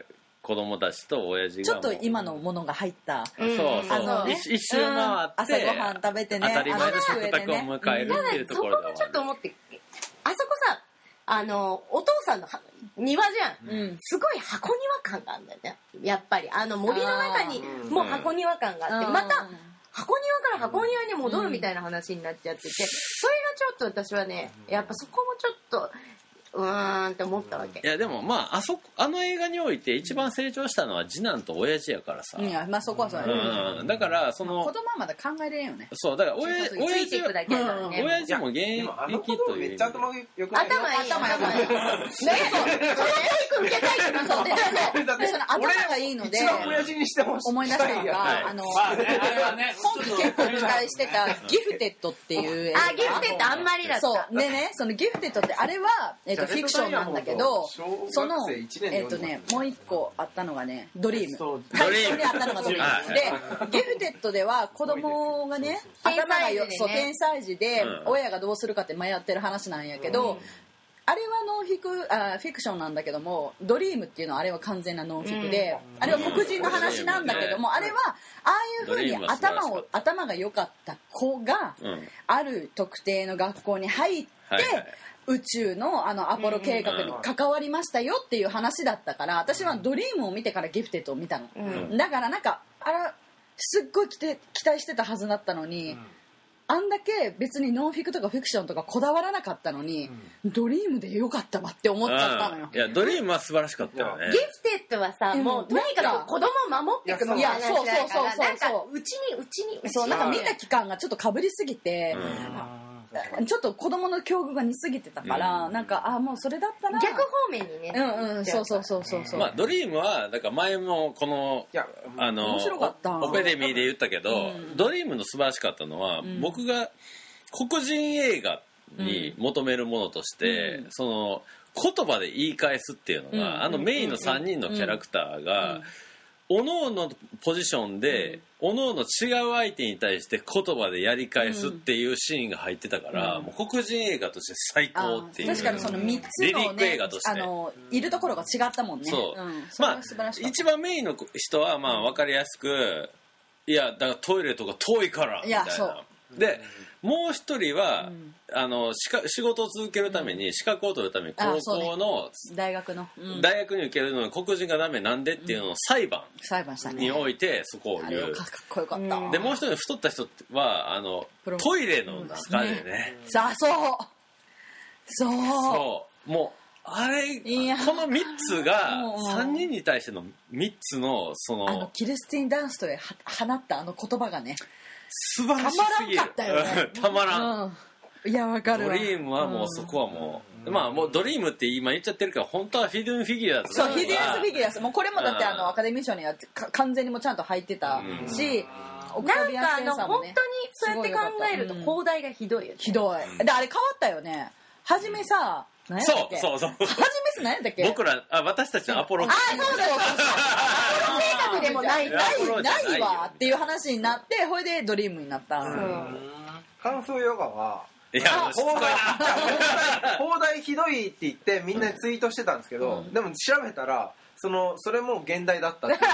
子供たちと親父がちょっと今のものが入った、 うん、そうそう、 ね、 一周回って、うん、 朝ごはん食べてね当たり前の食卓を迎えるっていうところでは、ね、そこもちょっと思って、あそこさあのお父さんの庭じゃん、うん、すごい箱庭感があるんだよねやっぱりあの森の中にもう箱庭感があって、うん、また箱庭から箱庭に戻るみたいな話になっちゃってて、うん、それがちょっと私はねやっぱそこもちょっとうーんって思ったわけ。 いやでもまああそあの映画において一番成長したのは次男と親父やからさ。 いやまあそこはそうだね。 うん、だからその、 まあ、子供はまだ考えれんよね。 そうだから親親父は、うん、親父も現役という。 めっちゃ頭良くない。 頭いい頭良くない。ねそう。それ教育受けたいってなそうででその頭がいいので。 一番親父にしてほしい。 思い出したのがあの今期結構期待してたギフテッドっていう映画。 あギフテッドあんまりだった。 そうでねそのギフテッドってあれはえっとフィクションなんだけどそのえっとねもう一個あったのがねドリーム最初にあったのがドリームでギフテッドでは子供がね頭がよそう天才児で親がどうするかって迷ってる話なんやけどあれはノンフィクあフィクションなんだけどもドリームっていうのはあれは完全なノンフィクであれは黒人の話なんだけどもあれはああいう風に頭を頭が良かった子がある特定の学校に入って宇宙 の, あのアポロ計画に関わりましたよっていう話だったから私はドリームを見てからギフテッドを見たの、うん、だからなんかあらすっごい期待してたはずだったのに、うん、あんだけ別にノンフィクとかフィクションとかこだわらなかったのに、うん、ドリームでよかったわって思っちゃったのよ。 いやドリームは素晴らしかったよね。 ギフテッドはさもうとにかく子供を守っていくのが話だからなんかうちにうちにそうなんか見た期間がちょっとかぶりすぎて、うんちょっと子供の境遇が似すぎてたから、うん、なんかあもうそれだったら逆方面にねうんうんそうそうそうそうそう、 まあ、ドリームはだから前もこのあの面白かったオペレミーで言ったけど、うん、ドリームの素晴らしかったのは、うん、僕が黒人映画に求めるものとして、うん、その言葉で言い返すっていうのが、うん、あのメインのさんにんのキャラクターが、うんおのおのポジションで、うん、おのおの違う相手に対して言葉でやり返すっていうシーンが入ってたから、うん、もう黒人映画として最高っていう確かにそのみっつの、ね、 リリック映画としてあのいるところが違ったもんねそう、 うん、 それが素晴らしかったまあ一番メインの人はまあ分かりやすくいやだからトイレとか遠いからみたいないやそうでもう一人は、うん、あの仕事を続けるために、うん、資格を取るために高校の、 ね、大学の、 うん、大学に受けるのに黒人がダメなんでっていうのを裁判においてそこを言う、 かっこよかった、 でもう一人太った人はあのトイレの中でね、 うん、さあそうそうそうもうあれこのみっつがさんにんに対してのみっつのそのあのキルスティン・ダンストで放ったあの言葉がね素晴らしすぎる。たまらんかったよね。たまらん。 うん、いやわかるわ。 ドリームはもうそこはもう、うん、まあもうドリームって今言っちゃってるから本当はフィドゥンフィギュアそうフィデュンスフィギュアスもうこれもだってあのアカデミー賞には完全にもちゃんと入ってたし、 うん、なんかあの本当にそうやって考えると放題がひどいよね。 ひどい。であれ変わったよね。はじめさ。 そうそうそう。はじめす何やったっけ？ 僕らあ私たちのアポロ。 あそうそうそう。アポロ計画でもないないないわっていう話になってほいでドリームになった。 カンフーヨガは。 いやもうしつこいな。 放題ひどいって言ってみんなツイートしてたんですけど、でも調べたら。そのそれも現代だったって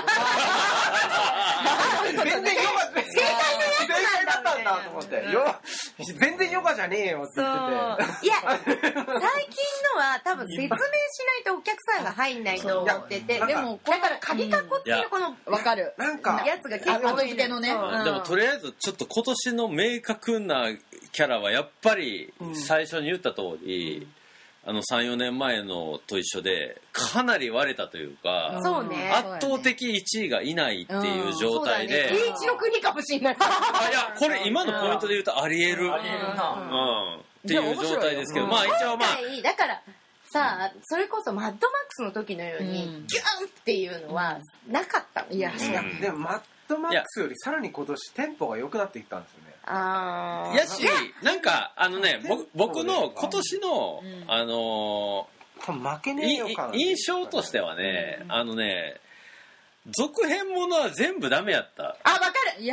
全然ヨガ正解のやつだったんだと思って全然ヨガじゃねえよって言ってていや最近のは多分説明しないとお客さんが入んないと思っててでもだから鍵かっこっていうこの分かるなんかやつが結構後付けのねでもとりあえずちょっと今年の明確なキャラはやっぱり最初に言った通りあの さん,よ 年前のと一緒でかなり割れたというか、 そうね、 圧倒的いちいがいないっていう状態で、 定一の国かもしれない。 あいやこれ今のポイントで言うとありえる、ありえるな、うん、っていう状態ですけど、まあ一応まあだからさあそれこそマッドマックスの時のようにギューンっていうのはなかったの。 いや、うん、でもマッドマックスよりさらに今年テンポが良くなってきたんですよね。 あやしなんかあのね僕の今年の、うん、あのー、負けねえよ感印象としてはね、うん、あのね続編ものは全部ダメやった。 あ分かる。 いや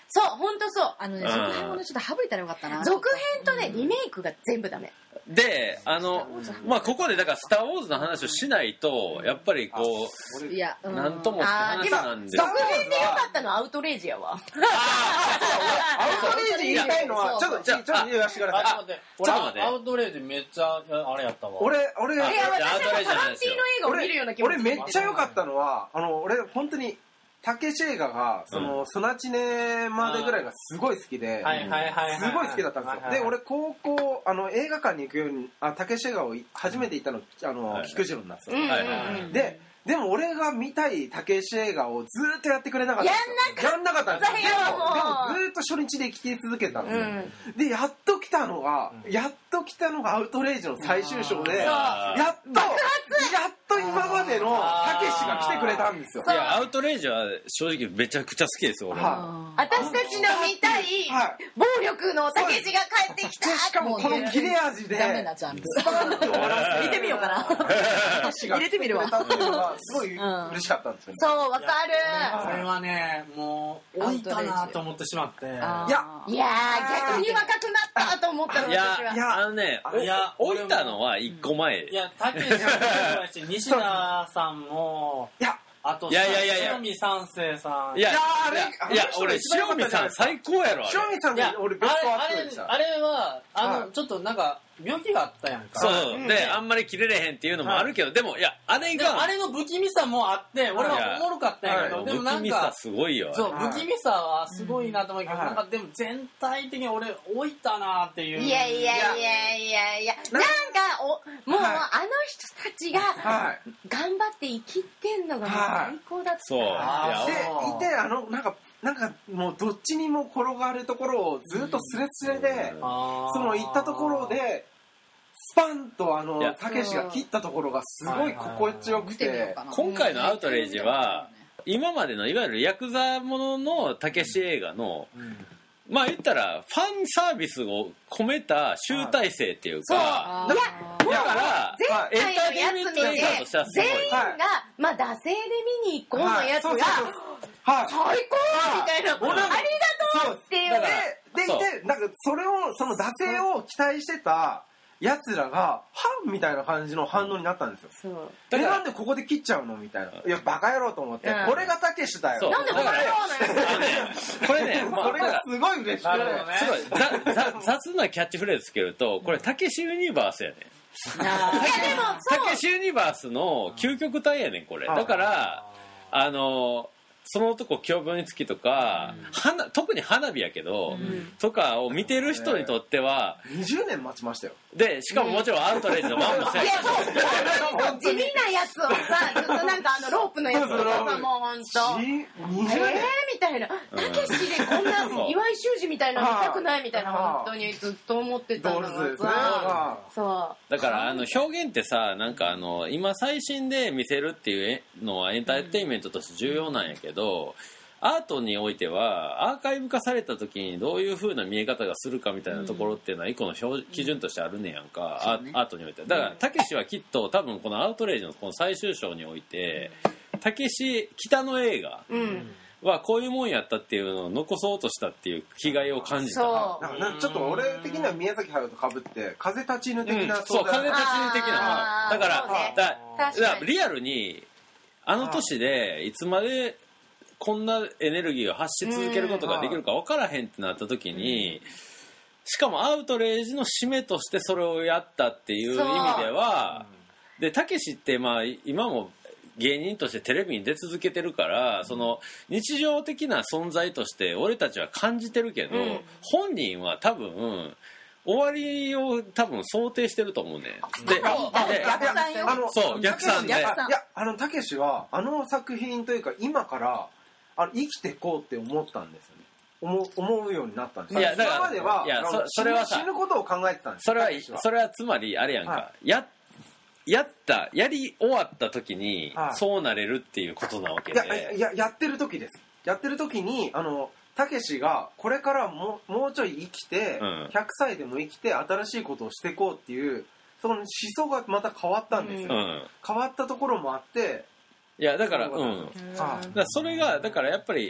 そう本当そう。 あのね、続編もねちょっと省いたらよかったな。 続編とねリメイクが全部ダメで、あのまあここでだからスター・ウォーズの話をしないとやっぱりこういやなんともって話なんで。 続編でよかったのはアウトレイジやわ。 アウトレイジ言いたいのはちょっとちょっと言わせてください。 ちょっと待って。アウトレイジめっちゃあれやったわ。 俺俺いや私はタランティーノ映画を見るような気持ち。 俺めっちゃ良かったのはあの俺本当にたけし映画がその、うん、ソナチネまでぐらいがすごい好きで、すごい好きだったんですよ。で俺高校あの映画館に行くようにたけし映画を初めて行ったのあの菊次郎なんですよ。ででも俺が見たいたけし映画をずーっとやってくれなかったんですよ。やんなかったんですよ。でもずーっと初日で聴き続けたんですよ。うん、でやっと来たのが、うん、やっと来たのがアウトレイジの最終章で、やっとやっと今までのたけしが来てくれたんですよ。 いやアウトレイジは正直めちゃくちゃ好きですよ俺。 はあ、私たちの見たい暴力のたけしが帰ってきた。 しかもこの切れ味でダメなジャンプ。 スパーンって終わらせて見てみようかな。入れてみるわ。 すごい嬉しかったんですよね。 そうわかる。 これはねもう老いたなと思ってしまって。いやいや逆に若くなったと思ったの。 いやいやあのね老いたのは一個前。 いやたけしさんもそうやし西田さんも。いや。あと、いやいやいや塩見三世さん。 いや、あれ、いや、俺、塩見さん最高やろ、あれ。 塩見さんが俺、ベストアップでした。 あれは、あの、ちょっとなんか、病気があったやんか。 そう。で、あんまり切れれへんっていうのもあるけど、でも、いや、あれが。 あれの不気味さもあって、俺はおもろかったんやけど、でもなんか。 不気味さすごいよ。 そう、不気味さはすごいなと思うけど、なんかでも全体的に俺、老いたなっていう。 いやいやいやいやいや、なんか、お、もう、あの人たちが、頑張って生きてんのが最高だった。 そう。 で、いて、あの、なんか、なんかもうどっちにも転がるところをずっとスレスレで、うん、その行ったところでスパンとあのたけしが切ったところがすごい心地よくて、 今回のアウトレイジは今までのいわゆるヤクザもののたけし映画の、うん、まあ言ったらファンサービスを込めた集大成っていうか、 そういやだから前回のやつ見て全員がまあ惰性で見に行こうのやつが最高みたいな、ありがとうっていうね。 でいてなんかそれをその惰性を期待してたやつらがファンみたいな感じの反応になったんですよ。でなんでここで切っちゃうのみたいな。いやバカ野郎と思って、これがたけしだよ。 なんでバカ野郎なの。 これね、 これがすごい嬉しくて、 すごい雑なキャッチフレーズつけると、これたけしユニバースやね。 いやでもたけしユニバースの究極体やねんこれ。だからあの。その男凶病につきとか、うん、花特に花火やけど、うん、とかを見てる人にとっては、 にじゅうねん待ちましたよ。 でしかももちろんアウトレイジのワンもせん。いやそう地味なやつをさ、ずっとなんかあのロープのやつとかさ、もうほんとにじゅうねんえーみたいな、たけしでこんな岩井修司みたいなの見たくないみたいな、本当にずっと思ってたのがさ、そうだからあの表現ってさ、なんかあの今最新で見せるっていうのはエンターテインメントとして重要なんやけど、アートにおいてはアーカイブ化された時にどういう風な見え方がするかみたいなところっていうのは一個の基準としてあるねやんか、うん、アートにおいては。だからたけしはきっと多分このアウトレイジのこの最終章においてたけし北の映画はこういうもんやったっていうのを残そうとしたっていう気概を感じた。 そうなんかちょっと俺的には宮崎駿と被って風立ちぬ的な、 うん、そう風立ちぬ的なだから、ね、だだリアルにあの年でいつまでこんなエネルギーを発し続けることができるか分からへんってなった時に、しかもアウトレイジの締めとしてそれをやったっていう意味では、でたけしってまあ今も芸人としてテレビに出続けてるから、その日常的な存在として俺たちは感じてるけど、本人は多分終わりを多分想定してると思うね。で、 逆算よ。 あのそう逆算で。いやあのたけしはあの作品というか今からあ生きていこうって思ったんですよね。思, 思うようになったんですよ。いやだから今まではいや そ, それはさ死ぬことを考えてたんです。 それはそれはつまりあれやんか。はい、ややったやり終わった時にそうなれるっていうことなわけで。 いやいややってる時です。やってる時にあの。たけしがこれからももうちょい生きて、うん、ひゃくさいでも生きて新しいことをしていこうっていうその思想がまた変わったんですよ、うん、変わったところもあっていやだからうんだからそれがだからやっぱり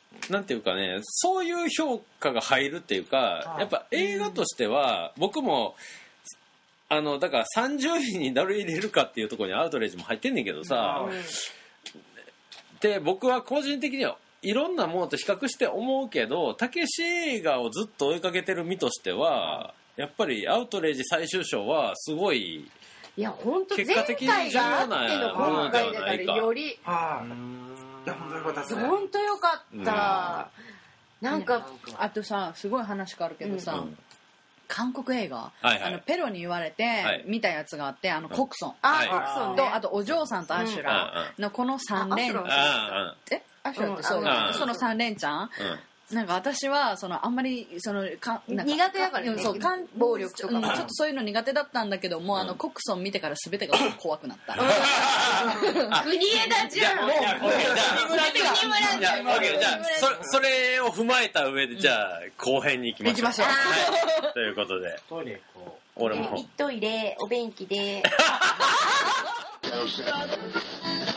なんていうかね、そういう評価が入るっていうか、やっぱ映画としては僕もあのだからさんじゅういに誰入れるかっていうところにアウトレイジも入ってんねんけどさ、で僕は個人的にはいろんなものと比較して思うけど、たけし映画をずっと追いかけてる身としてはやっぱりアウトレイジ最終章はすごい、 いや本当前回があっての今回だからより本当よかった、うん、なんかあとさすごい話変わるけどさ、うん、韓国映画、はいはい、あのペロに言われて見たやつがあって、あのコクソン、はい、とあとお嬢さんとアシュラのこのさん連、うん、えアシュラってそうだ、うん、そのさん連ちゃん、うん、なんか私はそのあんまりそのかなんか苦手だからね、 そう暴力とか、うん、ちょっとそういうの苦手だったんだけども、うん、あのコクソン見てから全てが怖くなった。 国枝じゃん。もう国村じゃん。じゃあそそれを踏まえた上でじゃあ後編に行きましょう。 行きましょう。 はい、ということで。 トイレこう。俺も。トイレお便器で。